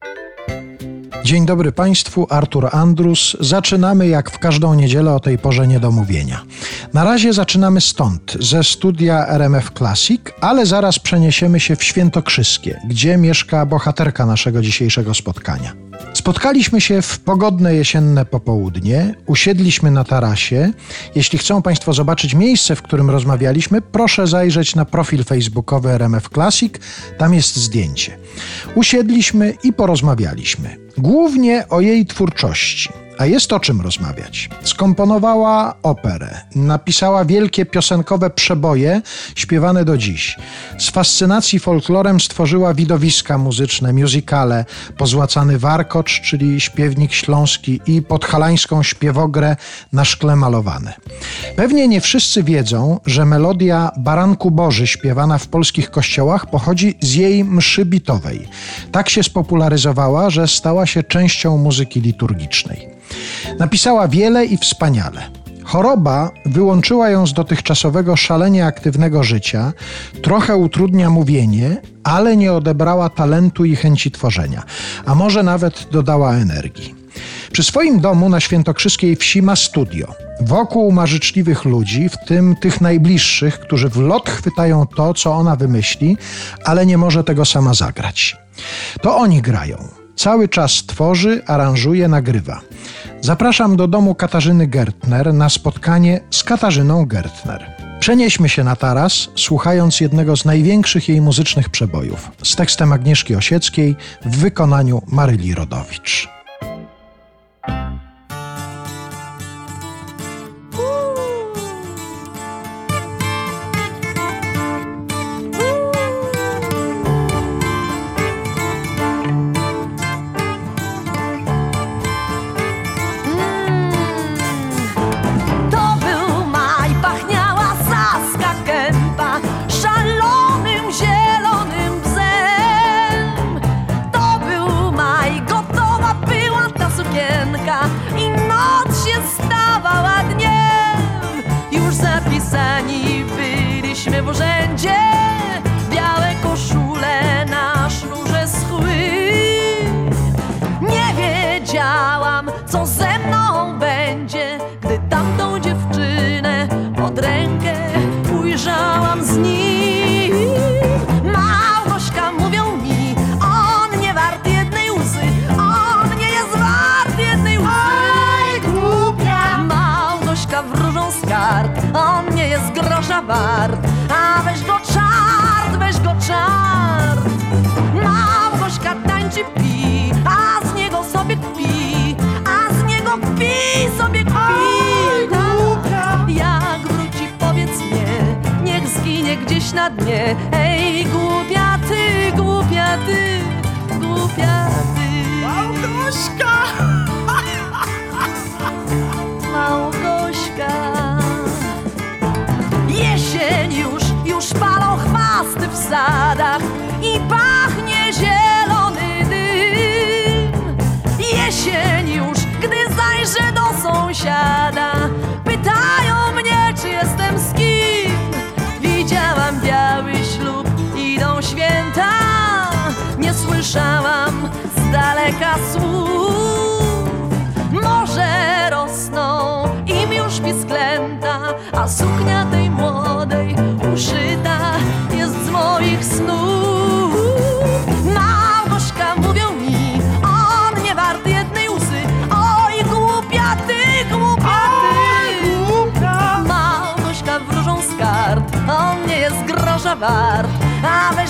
Dzień dobry Państwu, Artur Andrus. Zaczynamy jak w każdą niedzielę o tej porze niedomówienia. Na razie zaczynamy stąd, ze studia RMF Classic, ale zaraz przeniesiemy się w Świętokrzyskie, gdzie mieszka bohaterka naszego dzisiejszego spotkania. Spotkaliśmy się w pogodne jesienne popołudnie, usiedliśmy na tarasie. Jeśli chcą Państwo zobaczyć miejsce, w którym rozmawialiśmy, proszę zajrzeć na profil facebookowy RMF Classic, tam jest zdjęcie. Usiedliśmy i porozmawialiśmy. Głównie o jej twórczości, a jest o czym rozmawiać. Skomponowała operę, napisała wielkie piosenkowe przeboje śpiewane do dziś. Z fascynacji folklorem stworzyła widowiska muzyczne, musicale, Pozłacany warkocz, czyli śpiewnik śląski, i podhalańską śpiewogrę Na szkle malowane. Pewnie nie wszyscy wiedzą, że melodia Baranku Boży śpiewana w polskich kościołach pochodzi z jej mszy bitowej. Tak się spopularyzowała, że stała się częścią muzyki liturgicznej. Napisała wiele i wspaniale. Choroba wyłączyła ją z dotychczasowego szalenie aktywnego życia, trochę utrudnia mówienie, ale nie odebrała talentu i chęci tworzenia, a może nawet dodała energii. Przy swoim domu na świętokrzyskiej wsi ma studio. Wokół ma życzliwych ludzi, w tym tych najbliższych, którzy w lot chwytają to, co ona wymyśli, ale nie może tego sama zagrać. To oni grają. Cały czas tworzy, aranżuje, nagrywa. Zapraszam do domu Katarzyny Gertner na spotkanie z Katarzyną Gertner. Przenieśmy się na taras, słuchając jednego z największych jej muzycznych przebojów, z tekstem Agnieszki Osieckiej w wykonaniu Maryli Rodowicz. I noc się stawała dniem. Już zapisani byliśmy w urzędzie, białe koszule na sznurze schły. Nie wiedziałam, co ze mną będzie, gdy tamtą dziewczynę pod rękę ujrzałam z nim. Małgośka, mówią mi, on nie wart jednej łzy, on nie jest wart jednej łzy. Oj, głupia! Małgośka wróżą z kart, on nie jest grosza wart, a weź go czart, weź go czart. Małgośka tańczy, pi, a z niego sobie kpi, a z niego kpi, sobie kpi. Oj, głupia! Jak wróci, powiedz mnie, niech zginie gdzieś na dnie. Ej, głupia ty, głupia ty, głupia ty. Małgośka! Małgośka. Jesień już palą chwasty w sadach i pachnie zielony dym. Jesień już, gdy zajrzę do sąsiada, pytają mnie, czy jestem z kim. Widziałam biały ślub, idą święta, nie słyszałam z daleka słów. Morze rosną im już pisklęta, a suknia tej młodej uszyta jest z moich snów. Małgośka, mówią mi, on nie wart jednej łzy. Oj, głupia ty, głupia ty. Oj, głupia! Małgośka wróżą z kart, on nie jest grosza wart, a weź